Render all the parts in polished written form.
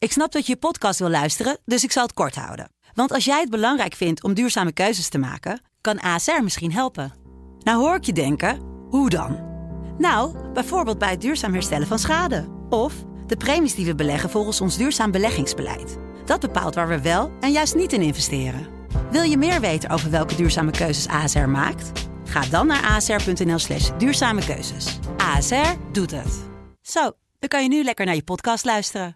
Ik snap dat je podcast wil luisteren, dus ik zal het kort houden. Want als jij het belangrijk vindt om duurzame keuzes te maken, kan ASR misschien helpen. Nou hoor ik je denken, hoe dan? Nou, bijvoorbeeld bij het duurzaam herstellen van schade. Of de premies die we beleggen volgens ons duurzaam beleggingsbeleid. Dat bepaalt waar we wel en juist niet in investeren. Wil je meer weten over welke duurzame keuzes ASR maakt? Ga dan naar asr.nl/duurzame keuzes. ASR doet het. Zo, dan kan je nu lekker naar je podcast luisteren.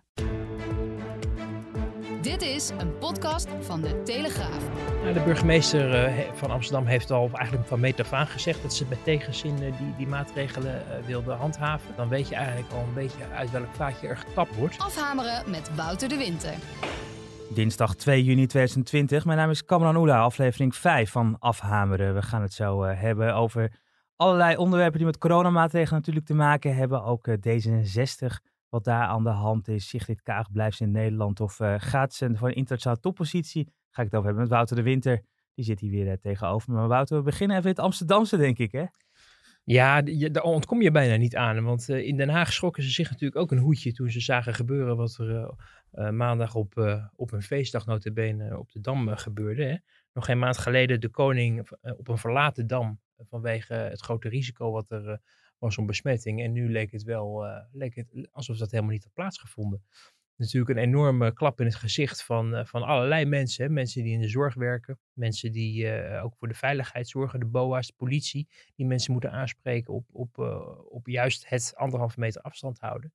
Dit is een podcast van De Telegraaf. De burgemeester van Amsterdam heeft al eigenlijk van meet af aan gezegd dat ze met tegenzin die maatregelen wilde handhaven. Dan weet je eigenlijk al een beetje uit welk vaatje er getapt wordt. Afhameren met Wouter de Winter. Dinsdag 2 juni 2020. Mijn naam is Kamran Oela, aflevering 5 van Afhameren. We gaan het zo hebben over allerlei onderwerpen die met coronamaatregelen natuurlijk te maken hebben. Ook D66, wat daar aan de hand is. Sigrid Kaag blijft in Nederland of gaat ze voor een internationale toppositie? Ga ik het over hebben met Wouter de Winter. Die zit hier weer tegenover me. Maar Wouter, we beginnen even in het Amsterdamse, denk ik, hè? Ja, daar ontkom je bijna niet aan. Want in Den Haag schrokken ze zich natuurlijk ook een hoedje toen ze zagen gebeuren wat er maandag op een feestdag nota bene op de Dam gebeurde. Hè? Nog geen maand geleden de koning op een verlaten Dam vanwege het grote risico wat er was om besmetting. En nu leek het alsof dat helemaal niet had plaatsgevonden. Natuurlijk een enorme klap in het gezicht van allerlei mensen. Hè? Mensen die in de zorg werken. Mensen die ook voor de veiligheid zorgen. De BOA's, de politie. Die mensen moeten aanspreken op juist het 1,5 meter afstand houden.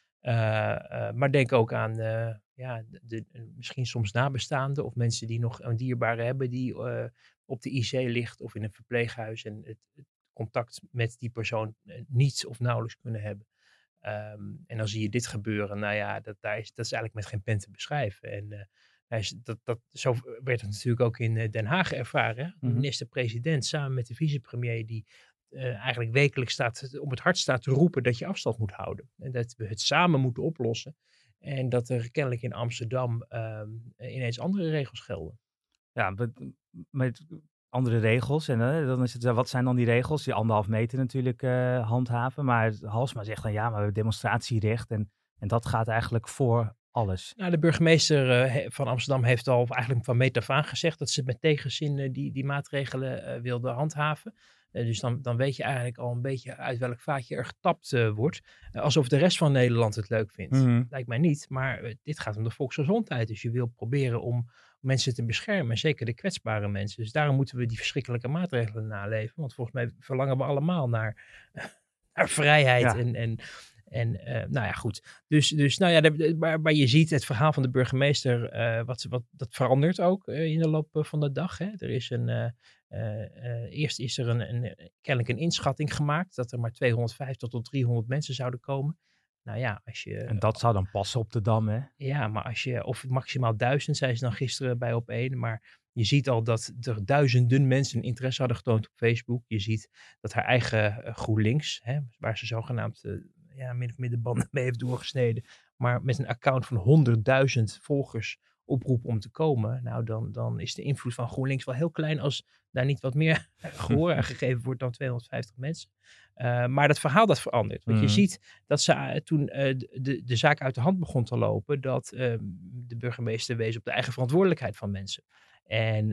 Maar denk ook aan misschien soms nabestaanden. Of mensen die nog een dierbare hebben die op de IC ligt. Of in een verpleeghuis. En het contact met die persoon niet of nauwelijks kunnen hebben. En dan zie je dit gebeuren. Nou ja, dat is eigenlijk met geen pen te beschrijven. En zo werd het natuurlijk ook in Den Haag ervaren. Hè? De minister-president samen met de vicepremier die eigenlijk wekelijks op het hart staat te roepen dat je afstand moet houden. En dat we het samen moeten oplossen. En dat er kennelijk in Amsterdam ineens andere regels gelden. Ja, met andere regels. En dan is het, wat zijn dan die regels? Die 1,5 meter natuurlijk handhaven. Maar Halsema zegt dan ja, maar we hebben demonstratierecht. En dat gaat eigenlijk voor alles. Nou, de burgemeester van Amsterdam heeft al eigenlijk van meet af aan gezegd dat ze met tegenzin die maatregelen wilde handhaven. Dus dan weet je eigenlijk al een beetje uit welk vaatje er getapt wordt. Alsof de rest van Nederland het leuk vindt. Lijkt mij niet, maar dit gaat om de volksgezondheid. Dus je wil proberen om mensen te beschermen, zeker de kwetsbare mensen. Dus daarom moeten we die verschrikkelijke maatregelen naleven. Want volgens mij verlangen we allemaal naar vrijheid. Ja. En nou ja, goed. Dus nou ja, maar je ziet het verhaal van de burgemeester, dat verandert ook in de loop van de dag. Hè. Er is eerst is er kennelijk een inschatting gemaakt dat er maar 250 tot 300 mensen zouden komen. Nou ja, en dat zou dan passen op de Dam, hè? Ja, maar of maximaal 1000, zei ze dan gisteren bij Op1. Maar je ziet al dat er duizenden mensen interesse hadden getoond op Facebook. Je ziet dat haar eigen GroenLinks, hè, waar ze zogenaamd min of meer de banden mee heeft doorgesneden, maar met een account van 100.000 volgers oproepen om te komen. Nou, dan is de invloed van GroenLinks wel heel klein als daar niet wat meer gehoor aan gegeven wordt dan 250 mensen. Maar dat verhaal dat verandert. Want je ziet dat ze toen de zaak uit de hand begon te lopen, dat de burgemeester wees op de eigen verantwoordelijkheid van mensen. En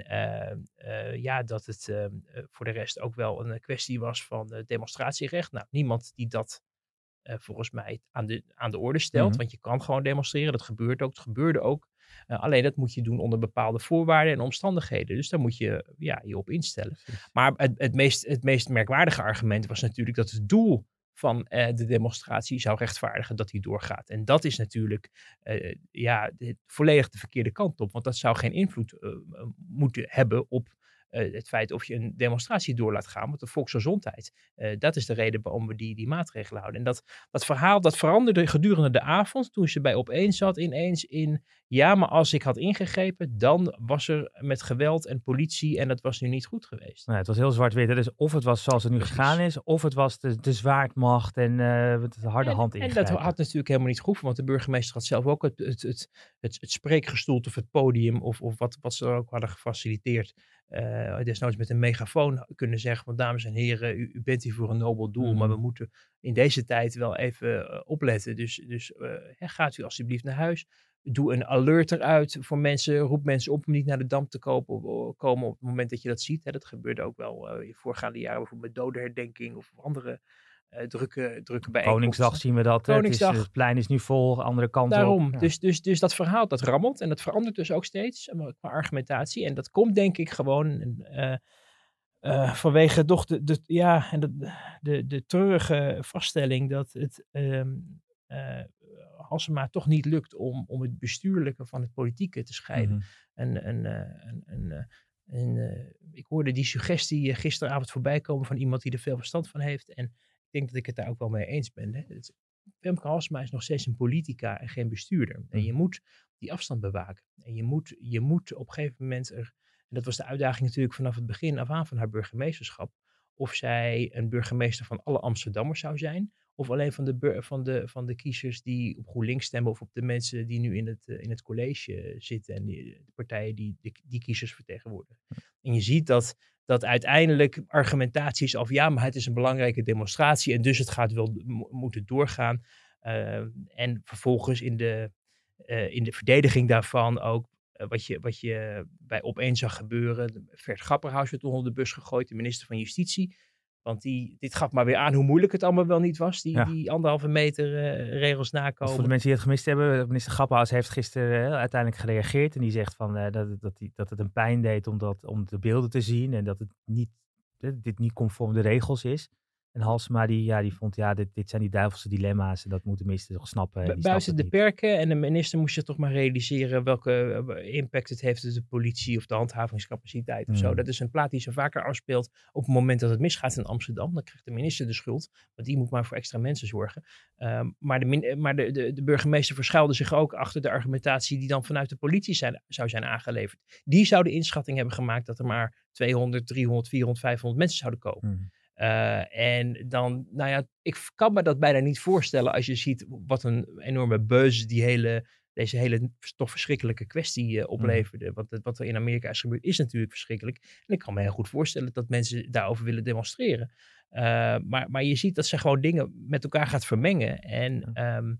dat het voor de rest ook wel een kwestie was van demonstratierecht. Nou, niemand die dat volgens mij aan de orde stelt. Want je kan gewoon demonstreren. Dat gebeurt ook. Het gebeurde ook. Alleen dat moet je doen onder bepaalde voorwaarden en omstandigheden. Dus daar moet je je op instellen. Precies. Maar het meest merkwaardige argument was natuurlijk dat het doel van de demonstratie zou rechtvaardigen dat die doorgaat. En dat is natuurlijk volledig de verkeerde kant op. Want dat zou geen invloed moeten hebben op het feit of je een demonstratie door laat gaan, want de volksgezondheid, dat is de reden waarom we die maatregelen houden. En dat verhaal, dat veranderde gedurende de avond, toen ze bij Op1 zat ineens in, ja, maar als ik had ingegrepen, dan was er met geweld en politie en dat was nu niet goed geweest. Nou, het was heel zwart-wit. Dus of het was zoals het nu gegaan is, of het was de zwaardmacht en de harde hand ingrijpen. En dat had natuurlijk helemaal niet gehoeven, want de burgemeester had zelf ook het spreekgestoelte of het podium of wat ze er ook hadden gefaciliteerd. Desnoods met een megafoon kunnen zeggen van dames en heren, u bent hier voor een nobel doel, maar we moeten in deze tijd wel even opletten. Dus gaat u alsjeblieft naar huis. Doe een alert eruit voor mensen. Roep mensen op om niet naar de Dam te komen op het moment dat je dat ziet. Hè. Dat gebeurde ook wel in voorgaande jaren. Bijvoorbeeld met dodenherdenking of andere drukke bijeenkomsten. Koningsdag zien we dat. Koningsdag. Het plein is nu vol, andere kant Daarom. op. Ja. Dus dat verhaal, dat rammelt. En dat verandert dus ook steeds qua argumentatie. En dat komt denk ik gewoon vanwege toch de treurige vaststelling dat het Halsema toch niet lukt om het bestuurlijke van het politieke te scheiden. Ik hoorde die suggestie gisteravond voorbij komen van iemand die er veel verstand van heeft. En ik denk dat ik het daar ook wel mee eens ben. Hè. Femke Halsema is nog steeds een politica en geen bestuurder. En je moet die afstand bewaken. En je moet op een gegeven moment en dat was de uitdaging natuurlijk vanaf het begin af aan van haar burgemeesterschap, of zij een burgemeester van alle Amsterdammers zou zijn, of alleen van de kiezers die op GroenLinks stemmen, of op de mensen die nu in het college zitten en de partijen die kiezers vertegenwoordigen. En je ziet dat uiteindelijk argumentaties of ja, maar het is een belangrijke demonstratie en dus het gaat wel moeten doorgaan. En vervolgens in de verdediging daarvan ook wat je bij Op1 zag gebeuren. Vert Grapperhaus werd onder de bus gegooid, de minister van Justitie. Want dit gaf maar weer aan hoe moeilijk het allemaal wel niet was. Die 1,5 meter regels nakomen. Dus voor de mensen die het gemist hebben, minister Grapperhaus heeft gisteren uiteindelijk gereageerd. En die zegt dat het een pijn deed om de beelden te zien. En dat dit niet conform de regels is. En Halsema die vond, dit zijn die duivelse dilemma's. En dat moet de minister toch snappen. Buiten de perken. En de minister moest zich toch maar realiseren welke impact het heeft op de politie of de handhavingscapaciteit of zo. Dat is een plaat die zo vaker afspeelt op het moment dat het misgaat in Amsterdam. Dan krijgt de minister de schuld. Want die moet maar voor extra mensen zorgen. Maar de burgemeester verschuilde zich ook achter de argumentatie die dan vanuit de politie zou zijn aangeleverd. Die zou de inschatting hebben gemaakt dat er maar 200, 300, 400, 500 mensen zouden komen. En dan, ik kan me dat bijna niet voorstellen als je ziet wat een enorme buzz deze hele toch verschrikkelijke kwestie opleverde. Want wat er in Amerika is gebeurd is natuurlijk verschrikkelijk. En ik kan me heel goed voorstellen dat mensen daarover willen demonstreren. Maar je ziet dat ze gewoon dingen met elkaar gaat vermengen. En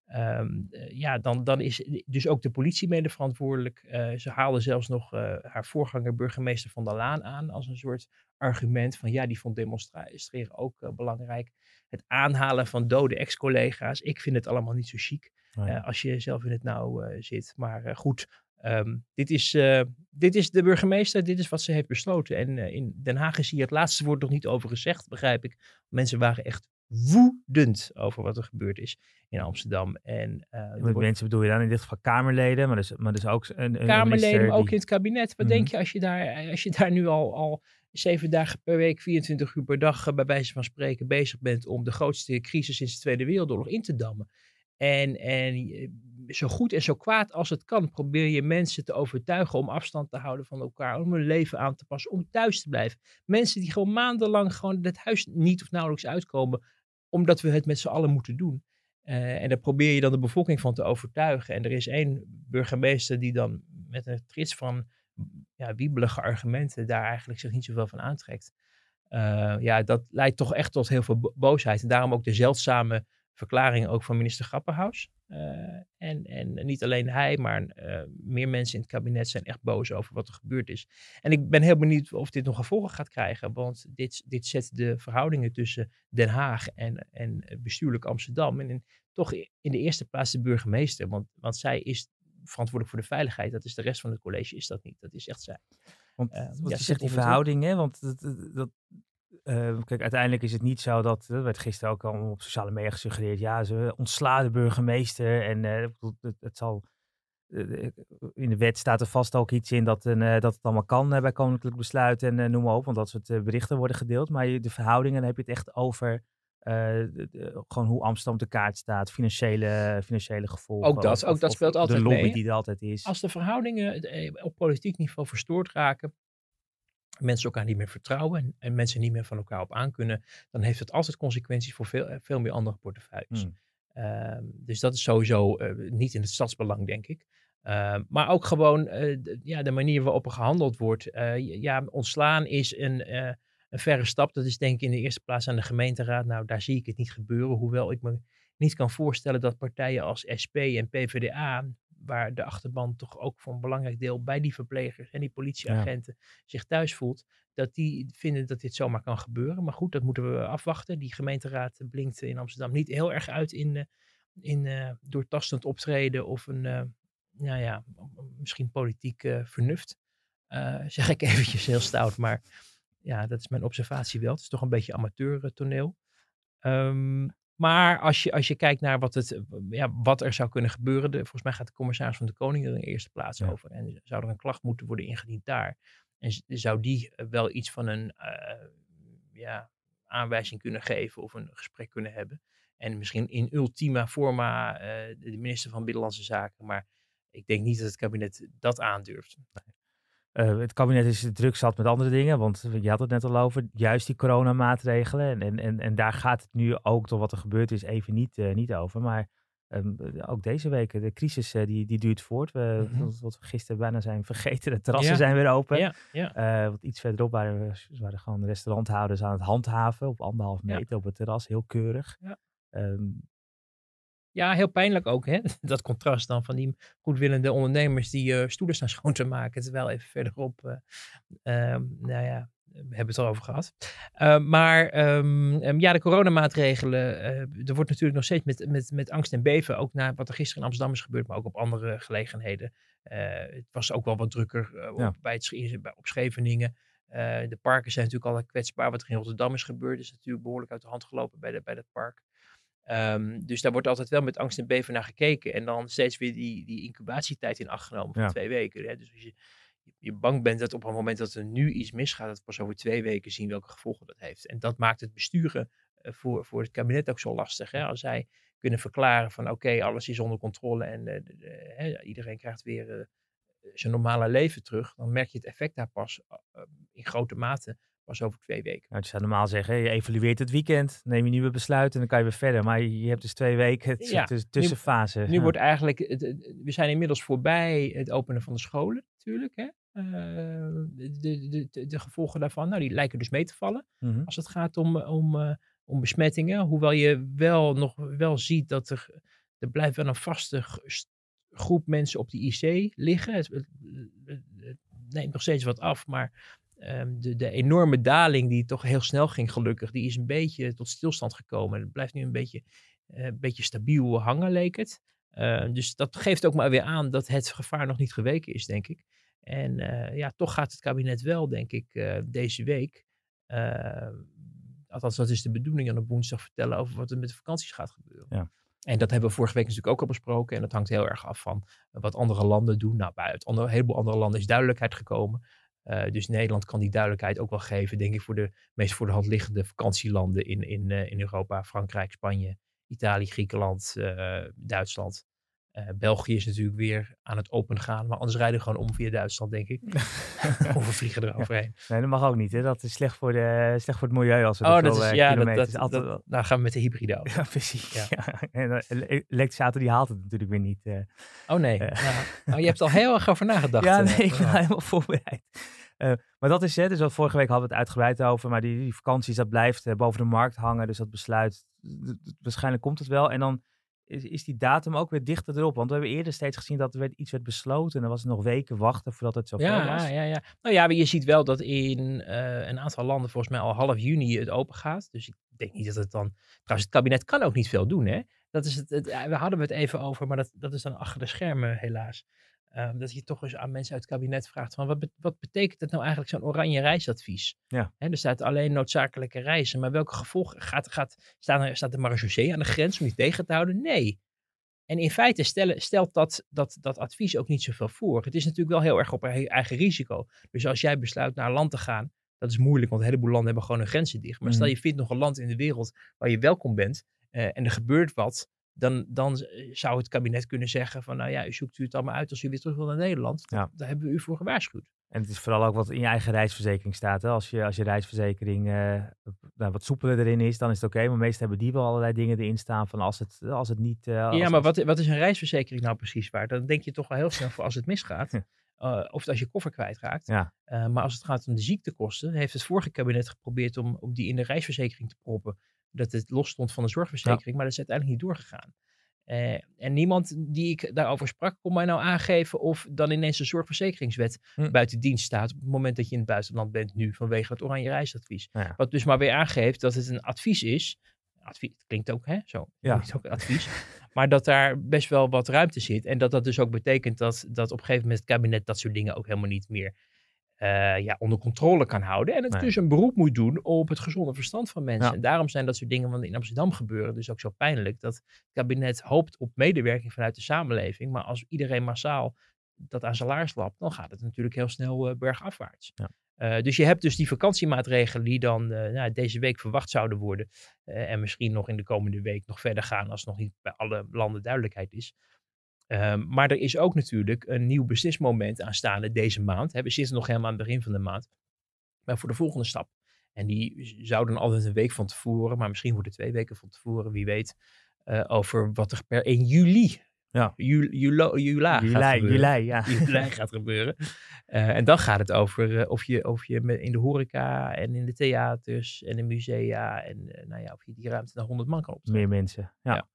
dan is dus ook de politie mede verantwoordelijk. Ze haalde zelfs nog haar voorganger burgemeester Van der Laan aan als een soort argument van die vond demonstreren ook belangrijk. Het aanhalen van dode ex-collega's. Ik vind het allemaal niet zo chic als je zelf in het nauw zit. Maar goed, dit is de burgemeester. Dit is wat ze heeft besloten. En in Den Haag is hier het laatste woord nog niet over gezegd, begrijp ik. Mensen waren echt woedend over wat er gebeurd is in Amsterdam. En, mensen bedoel je dan in dit geval Kamerleden, maar dus ook een Kamerleden, maar ook in het kabinet. Wat denk je als je daar nu al 7 dagen per week, 24 uur per dag bij wijze van spreken bezig bent om de grootste crisis sinds de Tweede Wereldoorlog in te dammen. En zo goed en zo kwaad als het kan, probeer je mensen te overtuigen om afstand te houden van elkaar, om hun leven aan te passen, om thuis te blijven. Mensen die gewoon maandenlang gewoon het huis niet of nauwelijks uitkomen, omdat we het met z'n allen moeten doen. En daar probeer je dan de bevolking van te overtuigen. En er is één burgemeester die dan met een trits van wiebelige argumenten daar eigenlijk zich niet zoveel van aantrekt. Dat leidt toch echt tot heel veel boosheid. En daarom ook de zeldzame verklaring ook van minister Grapperhaus. En niet alleen hij, maar meer mensen in het kabinet zijn echt boos over wat er gebeurd is. En ik ben heel benieuwd of dit nog gevolgen gaat krijgen. Want dit zet de verhoudingen tussen Den Haag en bestuurlijk Amsterdam. En toch in de eerste plaats de burgemeester. Want zij is verantwoordelijk voor de veiligheid. Dat is de rest van het college, is dat niet. Dat is echt zij. Want je zegt die verhouding, hè? Want kijk, uiteindelijk is het niet zo dat, er werd gisteren ook al op sociale media gesuggereerd, ze ontslaan de burgemeester en het zal, in de wet staat er vast ook iets in dat het allemaal kan bij koninklijk besluit en noem maar op, want dat soort berichten worden gedeeld. Maar de verhoudingen, dan heb je het echt over gewoon hoe Amsterdam op de kaart staat, financiële gevolgen. Ook dat speelt altijd mee. De lobby mee, die er altijd is. Als de verhoudingen op politiek niveau verstoord raken, mensen elkaar niet meer vertrouwen en mensen niet meer van elkaar op aankunnen, dan heeft het altijd consequenties voor veel meer andere portefeuilles. Dus dat is sowieso niet in het stadsbelang, denk ik. Maar ook gewoon de manier waarop er gehandeld wordt. Ontslaan is een verre stap. Dat is denk ik in de eerste plaats aan de gemeenteraad. Nou, daar zie ik het niet gebeuren. Hoewel ik me niet kan voorstellen dat partijen als SP en PvdA waar de achterban toch ook voor een belangrijk deel bij die verplegers en die politieagenten zich thuis voelt, dat die vinden dat dit zomaar kan gebeuren. Maar goed, dat moeten we afwachten. Die gemeenteraad blinkt in Amsterdam niet heel erg uit in doortastend optreden of misschien politiek vernuft. Zeg ik eventjes heel stout, maar ja, dat is mijn observatie wel. Het is toch een beetje amateurtoneel. Maar als je kijkt naar wat er zou kunnen gebeuren. Volgens mij gaat de commissaris van de Koning er in de eerste plaats over. En zou er een klacht moeten worden ingediend daar. En zou die wel iets van een aanwijzing kunnen geven of een gesprek kunnen hebben. En misschien in ultima forma de minister van Binnenlandse Zaken. Maar ik denk niet dat het kabinet dat aandurft. Het kabinet is druk zat met andere dingen, want je had het net al over, juist die coronamaatregelen. En daar gaat het nu ook, door wat er gebeurd is, even niet over. Maar ook deze week, de crisis die duurt voort. Wat we gisteren bijna zijn vergeten, de terrassen zijn weer open. Wat iets verderop waren gewoon restauranthouders aan het handhaven op 1,5 meter op het terras, heel keurig. Ja, heel pijnlijk ook, hè? Dat contrast dan van die goedwillende ondernemers die stoelen staan schoon te maken. Terwijl even verderop, we hebben het al over gehad. De coronamaatregelen, er wordt natuurlijk nog steeds met angst en beven, ook naar wat er gisteren in Amsterdam is gebeurd, maar ook op andere gelegenheden. Het was ook wel wat drukker op Scheveningen. De parken zijn natuurlijk al kwetsbaar. Wat er in Rotterdam is gebeurd is natuurlijk behoorlijk uit de hand gelopen bij dat park. Dus daar wordt altijd wel met angst en beven naar gekeken. En dan steeds weer die incubatietijd in acht genomen van 2 weken. Hè? Dus als je bang bent dat op het moment dat er nu iets misgaat, dat we pas over 2 weken zien welke gevolgen dat heeft. En dat maakt het besturen voor het kabinet ook zo lastig. Hè? Als zij kunnen verklaren van oké, alles is onder controle en iedereen krijgt weer zijn normale leven terug, dan merk je het effect daar pas in grote mate pas over 2 weken. Nou, je zou normaal zeggen, je evalueert het weekend, neem je nieuwe besluiten en dan kan je weer verder. Maar je hebt dus 2 weken het tussenfase. Nu wordt eigenlijk, we zijn inmiddels voorbij het openen van de scholen natuurlijk. Hè? De gevolgen daarvan, die lijken dus mee te vallen. Als het gaat om besmettingen. Hoewel je nog wel ziet dat er blijft wel een vaste groep mensen op de IC liggen. Het neemt nog steeds wat af, maar de enorme daling die toch heel snel ging gelukkig, die is een beetje tot stilstand gekomen. Het blijft nu een beetje stabiel hangen, leek het. Dus dat geeft ook maar weer aan dat het gevaar nog niet geweken is, denk ik. En toch gaat het kabinet wel, denk ik, deze week, althans dat is de bedoeling, aan op woensdag vertellen over wat er met de vakanties gaat gebeuren. Ja. En dat hebben we vorige week natuurlijk ook al besproken. En dat hangt heel erg af van wat andere landen doen. Nou, bij een heleboel andere landen is duidelijkheid gekomen. Dus Nederland kan die duidelijkheid ook wel geven, denk ik, voor de meest voor de hand liggende vakantielanden in Europa. Frankrijk, Spanje, Italië, Griekenland, Duitsland. België is natuurlijk weer aan het open gaan. Maar anders rijden we gewoon om via Duitsland, denk ik. Of we vliegen eroverheen. Nee, dat mag ook niet. Hè? Dat is slecht voor het milieu als we Nou gaan we met de hybride auto. Ja, precies. Ja. En de elektrische auto die haalt het natuurlijk weer niet. Oh nee. Je hebt al heel erg over nagedacht. Ja, nee, ik ben helemaal voorbereid. Maar dat is het. Dus wat vorige week hadden we het uitgebreid over. Maar die vakanties, dat blijft boven de markt hangen. Dus dat besluit, waarschijnlijk komt het wel. En dan is die datum ook weer dichter erop. Want we hebben eerder steeds gezien dat er iets werd besloten. En dan was het nog weken wachten voordat het zover was. Ja. Nou ja, maar je ziet wel dat in een aantal landen volgens mij al half juni het open gaat. Dus ik denk niet dat het dan... Trouwens, het kabinet kan ook niet veel doen, hè. Dat is we hadden het even over, maar dat is dan achter de schermen helaas. Dat je toch eens aan mensen uit het kabinet vraagt van wat betekent het nou eigenlijk zo'n oranje reisadvies? Ja. Er staat alleen noodzakelijke reizen, maar welke gevolgen staat er maar een chaussee aan de grens om je tegen te houden? Nee. En in feite stelt dat advies ook niet zoveel voor. Het is natuurlijk wel heel erg op eigen risico. Dus als jij besluit naar een land te gaan, dat is moeilijk, want een heleboel landen hebben gewoon hun grenzen dicht. Maar stel je vindt nog een land in de wereld waar je welkom bent en er gebeurt wat, dan zou het kabinet kunnen zeggen van, nou ja, u zoekt u het allemaal uit als u weer terug wil naar Nederland. Daar hebben we u voor gewaarschuwd. En het is vooral ook wat in je eigen reisverzekering staat. Hè? Als je reisverzekering wat soepeler erin is, dan is het oké. Maar meestal hebben die wel allerlei dingen erin staan van als het niet... maar wat is een reisverzekering nou precies waard? Dan denk je toch wel heel snel voor als het misgaat. Of als je koffer kwijtraakt. Ja. Maar als het gaat om de ziektekosten, heeft het vorige kabinet geprobeerd om die in de reisverzekering te proppen. Dat het los stond van de zorgverzekering, maar dat is uiteindelijk niet doorgegaan. En niemand die ik daarover sprak kon mij nou aangeven of dan ineens een zorgverzekeringswet buiten dienst staat op het moment dat je in het buitenland bent nu vanwege het oranje reisadvies. Ja. Wat dus maar weer aangeeft dat het een advies is. Het klinkt ook zo. Ja. Het ook advies. Maar dat daar best wel wat ruimte zit. En dat dus ook betekent dat op een gegeven moment het kabinet dat soort dingen ook helemaal niet meer onder controle kan houden. En het dus een beroep moet doen op het gezonde verstand van mensen. Ja. En daarom zijn dat soort dingen wat in Amsterdam gebeuren dus ook zo pijnlijk. Dat het kabinet hoopt op medewerking vanuit de samenleving. Maar als iedereen massaal dat aan zijn laars lapt, dan gaat het natuurlijk heel snel bergafwaarts. Ja. Dus je hebt dus die vakantiemaatregelen die dan deze week verwacht zouden worden. En misschien nog in de komende week nog verder gaan als nog niet bij alle landen duidelijkheid is. Maar er is ook natuurlijk een nieuw beslismoment aanstaande deze maand. We zitten nog helemaal aan het begin van de maand. Maar voor de volgende stap. En die zouden altijd een week van tevoren, maar misschien wordt het 2 weken van tevoren, wie weet, over wat er per 1 juli juli gaat gebeuren. En dan gaat het over of je in de horeca en in de theaters en de musea en of je die ruimte naar 100 man kan opstellen. Meer mensen, ja.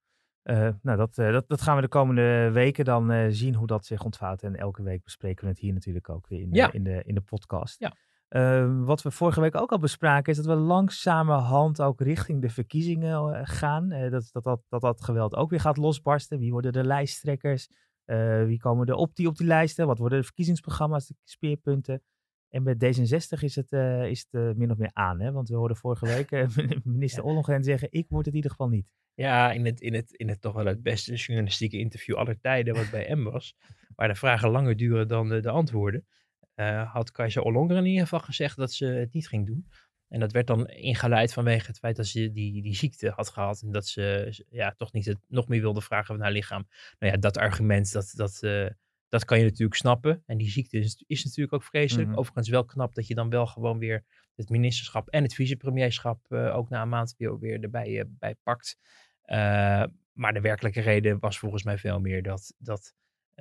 Dat gaan we de komende weken dan zien hoe dat zich ontvouwt. En elke week bespreken we het hier natuurlijk ook weer in de podcast. Ja. Wat we vorige week ook al bespraken is dat we langzamerhand ook richting de verkiezingen gaan. Dat geweld ook weer gaat losbarsten. Wie worden de lijsttrekkers? Wie komen er op die lijsten? Wat worden de verkiezingsprogramma's, de speerpunten? En bij D66 is het min of meer aan. Hè? Want we hoorden vorige week minister Ollongren zeggen, ik word het in ieder geval niet. Ja, in het toch wel het beste journalistieke interview aller tijden wat bij M was. Waar de vragen langer duren dan de antwoorden. Had Kajsa Ollongren in ieder geval gezegd dat ze het niet ging doen. En dat werd dan ingeleid vanwege het feit dat ze die ziekte had gehad. En dat ze toch niet nog meer wilde vragen van haar lichaam. Nou ja, dat argument, dat kan je natuurlijk snappen. En die ziekte is natuurlijk ook vreselijk. Mm-hmm. Overigens wel knap dat je dan wel gewoon weer het ministerschap en het vicepremierschap ook na een maand weer erbij bij pakt. Maar de werkelijke reden was volgens mij veel meer dat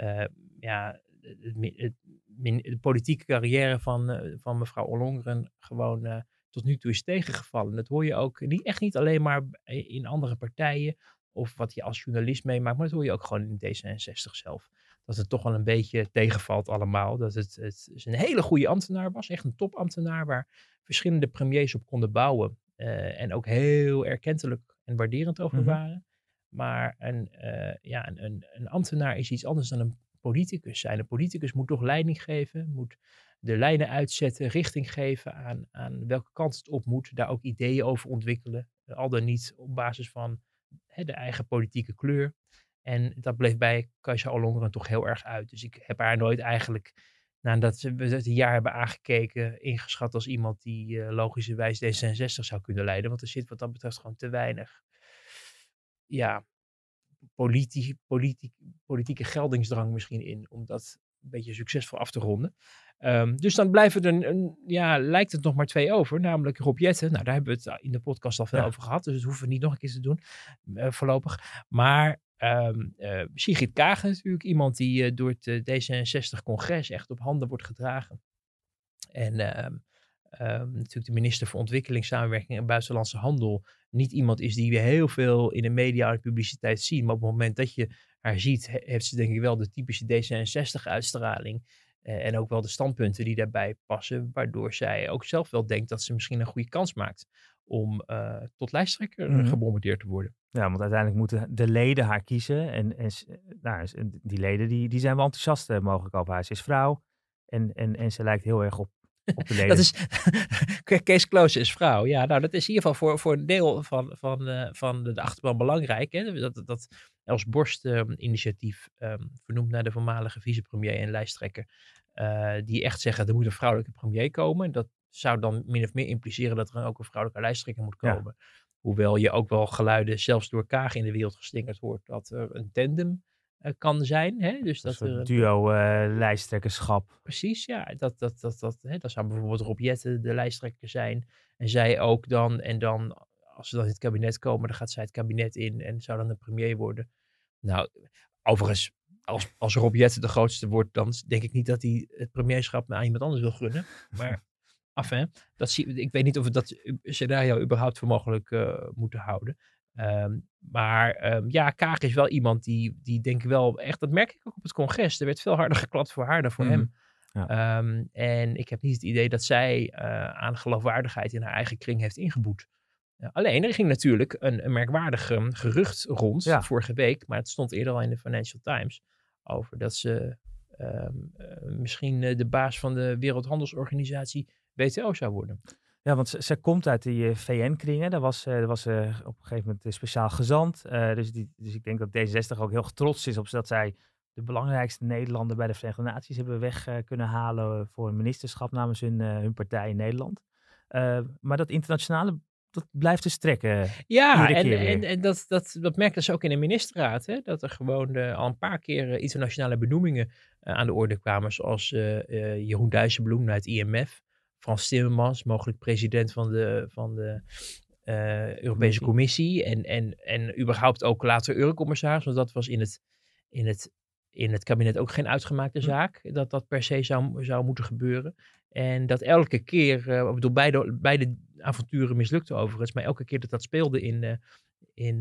de politieke carrière van mevrouw Ollongren gewoon tot nu toe is tegengevallen. Dat hoor je ook niet alleen maar in andere partijen of wat je als journalist meemaakt, maar dat hoor je ook gewoon in D66 zelf. Dat het toch wel een beetje tegenvalt allemaal. Dat het een hele goede ambtenaar was, echt een topambtenaar waar verschillende premiers op konden bouwen. En ook heel erkentelijk en waarderend over waren. Maar een ambtenaar is iets anders dan een politicus zijn. Een politicus moet toch leiding geven, moet de lijnen uitzetten, richting geven aan welke kant het op moet. Daar ook ideeën over ontwikkelen. Al dan niet op basis van de eigen politieke kleur. En dat bleef bij Kajsa Ollongren toch heel erg uit. Dus ik heb haar nooit eigenlijk, nadat we het een jaar hebben aangekeken, ingeschat als iemand die logischerwijs D66 zou kunnen leiden. Want er zit wat dat betreft gewoon te weinig politieke geldingsdrang misschien in, om dat een beetje succesvol af te ronden. Dus dan blijven er lijkt het nog maar 2 over, namelijk Rob Jetten. Nou, daar hebben we het in de podcast al veel over gehad, dus dat hoeven we niet nog een keer te doen, voorlopig. Maar Sigrid Kaag natuurlijk, iemand die door het D66-congres echt op handen wordt gedragen. En natuurlijk de minister voor Ontwikkelingssamenwerking en Buitenlandse Handel niet iemand is die we heel veel in de media en publiciteit zien. Maar op het moment dat je haar ziet, heeft ze denk ik wel de typische D66-uitstraling. En ook wel de standpunten die daarbij passen. Waardoor zij ook zelf wel denkt dat ze misschien een goede kans maakt om tot lijsttrekker gebombardeerd te worden. Ja, want uiteindelijk moeten de leden haar kiezen. En die leden die zijn wel enthousiast mogelijk over haar. Ze is vrouw en ze lijkt heel erg op de leden. Dat is Kees Kloos is vrouw. Ja, nou dat is in ieder geval voor een deel van de achterban belangrijk. Hè? Dat Els Borst initiatief vernoemd naar de voormalige vicepremier en lijsttrekker. Die echt zeggen, er moet een vrouwelijke premier komen. En dat zou dan min of meer impliceren dat er ook een vrouwelijke lijsttrekker moet komen. Ja. Hoewel je ook wel geluiden, zelfs door Kaag in de wereld geslingerd hoort, dat er een tandem kan zijn. Hè? Dus dat een duo-lijsttrekkerschap. Precies, ja. Dat zou bijvoorbeeld Rob Jetten de lijsttrekker zijn. En zij ook dan. En dan, als ze dan in het kabinet komen, dan gaat zij het kabinet in en zou dan de premier worden. Nou, overigens, als Rob Jetten de grootste wordt, dan denk ik niet dat hij het premierschap aan iemand anders wil gunnen. Maar ik weet niet of we dat scenario überhaupt voor mogelijk moeten houden. Kaag is wel iemand die denk ik wel echt, dat merk ik ook op het congres. Er werd veel harder geklapt voor haar dan voor hem. Ja. En ik heb niet het idee dat zij aan geloofwaardigheid in haar eigen kring heeft ingeboet. Alleen, er ging natuurlijk een merkwaardig gerucht rond vorige week, maar het stond eerder al in de Financial Times, over dat ze misschien de baas van de Wereldhandelsorganisatie WTO zou worden. Ja, want ze komt uit die VN-kringen. Daar was op een gegeven moment een speciaal gezant. Dus ik denk dat D66 ook heel trots is op dat zij de belangrijkste Nederlander bij de Verenigde Naties hebben weg kunnen halen voor een ministerschap namens hun partij in Nederland. Maar dat internationale, dat blijft dus trekken. Ja, en dat merkten ze ook in de ministerraad. Hè? Dat er gewoon al een paar keer internationale benoemingen aan de orde kwamen. Zoals Jeroen Dijsselbloem uit het IMF. Frans Timmermans, mogelijk president van de Europese Commissie. En überhaupt ook later eurocommissaris. Want dat was in het kabinet ook geen uitgemaakte zaak. Dat per se zou moeten gebeuren. En dat elke keer, beide avonturen mislukten overigens, maar elke keer dat speelde in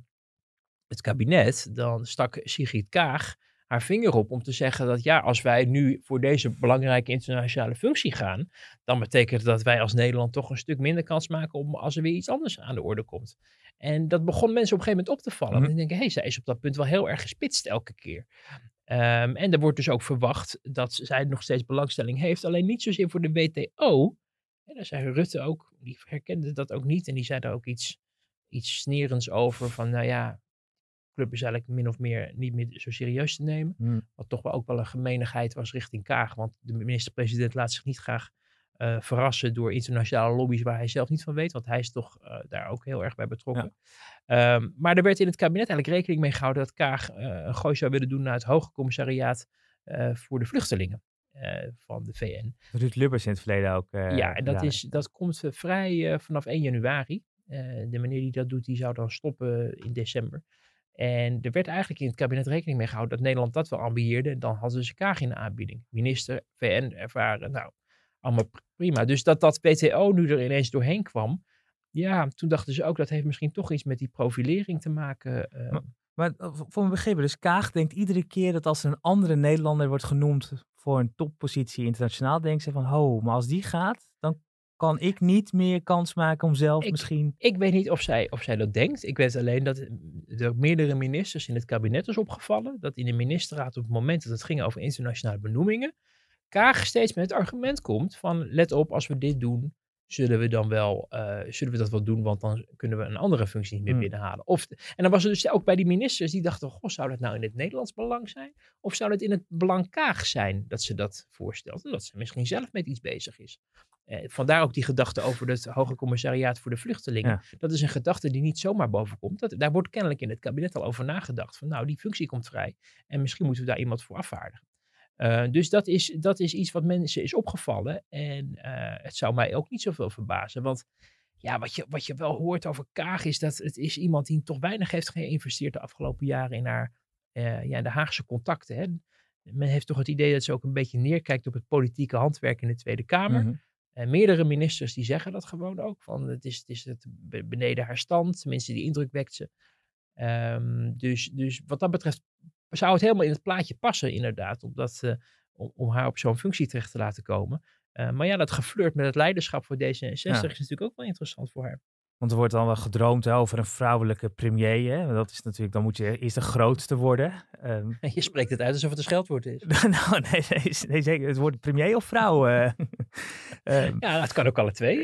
het kabinet, dan stak Sigrid Kaag haar vinger op om te zeggen dat als wij nu voor deze belangrijke internationale functie gaan, dan betekent dat wij als Nederland toch een stuk minder kans maken als er weer iets anders aan de orde komt. En dat begon mensen op een gegeven moment op te vallen. En die denken, zij is op dat punt wel heel erg gespitst elke keer. En er wordt dus ook verwacht dat zij nog steeds belangstelling heeft, alleen niet zozeer voor de WTO. En daar zei Rutte ook, die herkende dat ook niet en die zei daar ook iets snerends over van, de club is eigenlijk min of meer niet meer zo serieus te nemen. Wat toch wel ook wel een gemeenigheid was richting Kaag, want de minister-president laat zich niet graag verrassen door internationale lobby's waar hij zelf niet van weet, want hij is toch daar ook heel erg bij betrokken. Ja. Maar er werd in het kabinet eigenlijk rekening mee gehouden dat Kaag een gooi zou willen doen naar het Hoge Commissariaat voor de Vluchtelingen van de VN. Ruud Lubbers in het verleden ook. En dat komt vrij vanaf 1 januari. De meneer die dat doet, die zou dan stoppen in december. En er werd eigenlijk in het kabinet rekening mee gehouden dat Nederland dat wel ambieerde. En dan hadden ze Kaag in de aanbieding. Minister, VN ervaren, allemaal prima. Dus dat WTO nu er ineens doorheen kwam. Ja, toen dachten ze ook dat heeft misschien toch iets met die profilering te maken. Maar voor mijn begrippen, dus Kaag denkt iedere keer dat als er een andere Nederlander wordt genoemd voor een toppositie internationaal, denkt ze van, maar als die gaat, dan kan ik niet meer kans maken om zelf misschien... Ik weet niet of zij dat denkt. Ik weet alleen dat er meerdere ministers in het kabinet is opgevallen, dat in de ministerraad op het moment dat het ging over internationale benoemingen, Kaag steeds met het argument komt van, let op, als we dit doen, zullen we dat wel doen, want dan kunnen we een andere functie niet meer binnenhalen. En dan was er dus ook bij die ministers die dachten, zou dat nou in het Nederlands belang zijn? Of zou het in het belang Kaag zijn dat ze dat voorstelt? En dat ze misschien zelf met iets bezig is. Vandaar ook die gedachte over het Hoge Commissariaat voor de Vluchtelingen. Ja. Dat is een gedachte die niet zomaar bovenkomt. Daar wordt kennelijk in het kabinet al over nagedacht. Van die functie komt vrij. En misschien moeten we daar iemand voor afvaardigen. Dus dat is iets wat mensen is opgevallen. En het zou mij ook niet zoveel verbazen. Want wat je wel hoort over Kaag is dat het is iemand die toch weinig heeft geïnvesteerd de afgelopen jaren in haar de Haagse contacten. Hè. Men heeft toch het idee dat ze ook een beetje neerkijkt op het politieke handwerk in de Tweede Kamer. Mm-hmm. Meerdere ministers die zeggen dat gewoon ook. Van het is beneden haar stand. Tenminste, die indruk wekt ze. Dus wat dat betreft zou het helemaal in het plaatje passen inderdaad. Om haar op zo'n functie terecht te laten komen. Maar dat geflirt met het leiderschap voor D66 is natuurlijk ook wel interessant voor haar. Want er wordt dan wel gedroomd over een vrouwelijke premier. Hè? Dat is natuurlijk, dan moet je eerst de grootste worden. Je spreekt het uit alsof het een scheldwoord is. Nee, zeker. Het wordt premier of vrouw. Het kan ook alle twee.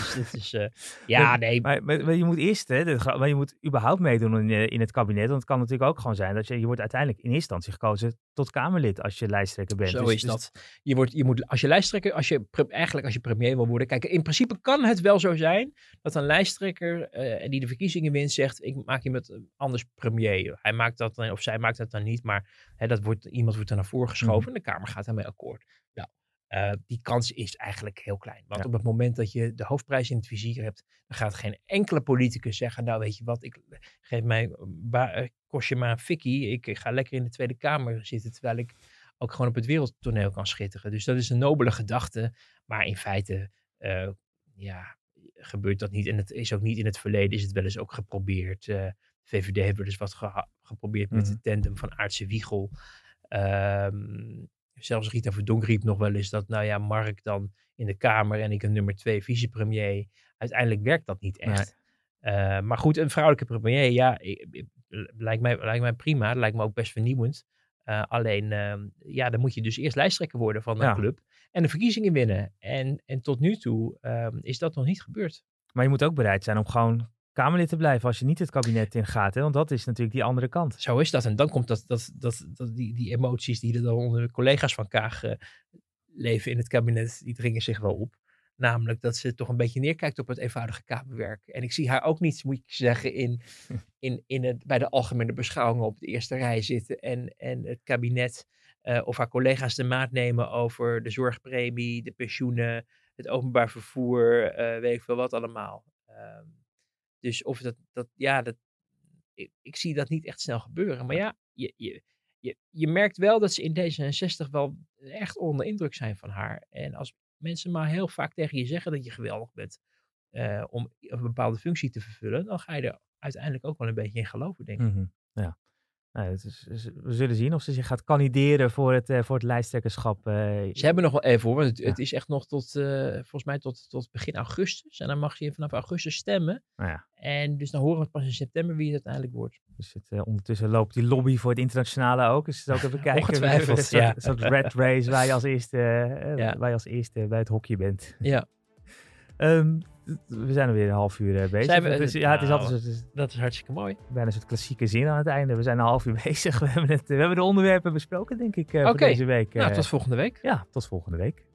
Maar je moet eerst, maar je moet überhaupt meedoen in het kabinet. Want het kan natuurlijk ook gewoon zijn dat je wordt uiteindelijk in eerste instantie gekozen tot Kamerlid als je lijsttrekker bent. Zo is dat. Je moet als je lijsttrekker, als je premier wil worden. Kijk, in principe kan het wel zo zijn dat een lijsttrekker die de verkiezingen wint zegt, ik maak iemand anders premier. Hij maakt dat dan, of zij maakt dat dan niet, maar iemand wordt er naar voren geschoven en de Kamer gaat daarmee akkoord. Die kans is eigenlijk heel klein. Want op het moment dat je de hoofdprijs in het vizier hebt, dan gaat geen enkele politicus zeggen, weet je wat, kost je maar een fikkie, ik ga lekker in de Tweede Kamer zitten, terwijl ik ook gewoon op het wereldtoneel kan schitteren. Dus dat is een nobele gedachte, maar in feite, gebeurt dat niet. En het is ook niet in het verleden, is het wel eens ook geprobeerd. De VVD heeft wel eens wat geprobeerd met de tandem van Aartse Wiegel. Zelfs Rita Verdonk riep nog wel eens dat, Mark dan in de Kamer en ik een nummer 2 vicepremier. Uiteindelijk werkt dat niet echt. Nee. Maar goed, een vrouwelijke premier, lijkt mij prima. Dat lijkt me ook best vernieuwend. Alleen, dan moet je dus eerst lijsttrekker worden van een club. En de verkiezingen winnen. En tot nu toe is dat nog niet gebeurd. Maar je moet ook bereid zijn om gewoon Kamerlid te blijven als je niet het kabinet ingaat. Hè? Want dat is natuurlijk die andere kant. Zo is dat. En dan komt die emoties die er dan onder de collega's van Kaag leven in het kabinet, die dringen zich wel op. Namelijk dat ze toch een beetje neerkijkt op het eenvoudige Kamerwerk. En ik zie haar ook niet, moet ik zeggen, bij de algemene beschouwingen op de eerste rij zitten. En het kabinet of haar collega's de maat nemen over de zorgpremie, de pensioenen, het openbaar vervoer, weet ik veel wat allemaal. Dus of ik zie dat niet echt snel gebeuren. Maar je merkt wel dat ze in D66 wel echt onder indruk zijn van haar. En als mensen maar heel vaak tegen je zeggen dat je geweldig bent om een bepaalde functie te vervullen, dan ga je er uiteindelijk ook wel een beetje in geloven, denk ik. Mm-hmm. Ja. Nou, we zullen zien of ze zich gaat kandideren voor het lijsttrekkerschap. Ze hebben nog wel even hoor, want het is echt nog volgens mij tot begin augustus. En dan mag je vanaf augustus stemmen. En dus dan horen we pas in september wie het uiteindelijk wordt. Dus ondertussen loopt die lobby voor het internationale ook. Dus ook even kijken. Ongetwijfeld, een soort red race waar je als eerste bij het hokje bent. Ja. We zijn er weer een half uur bezig. Dat is hartstikke mooi. Bijna een soort klassieke zin aan het einde. We zijn een half uur bezig. We hebben de onderwerpen besproken, denk ik, voor deze week. Nou, tot volgende week. Ja, tot volgende week.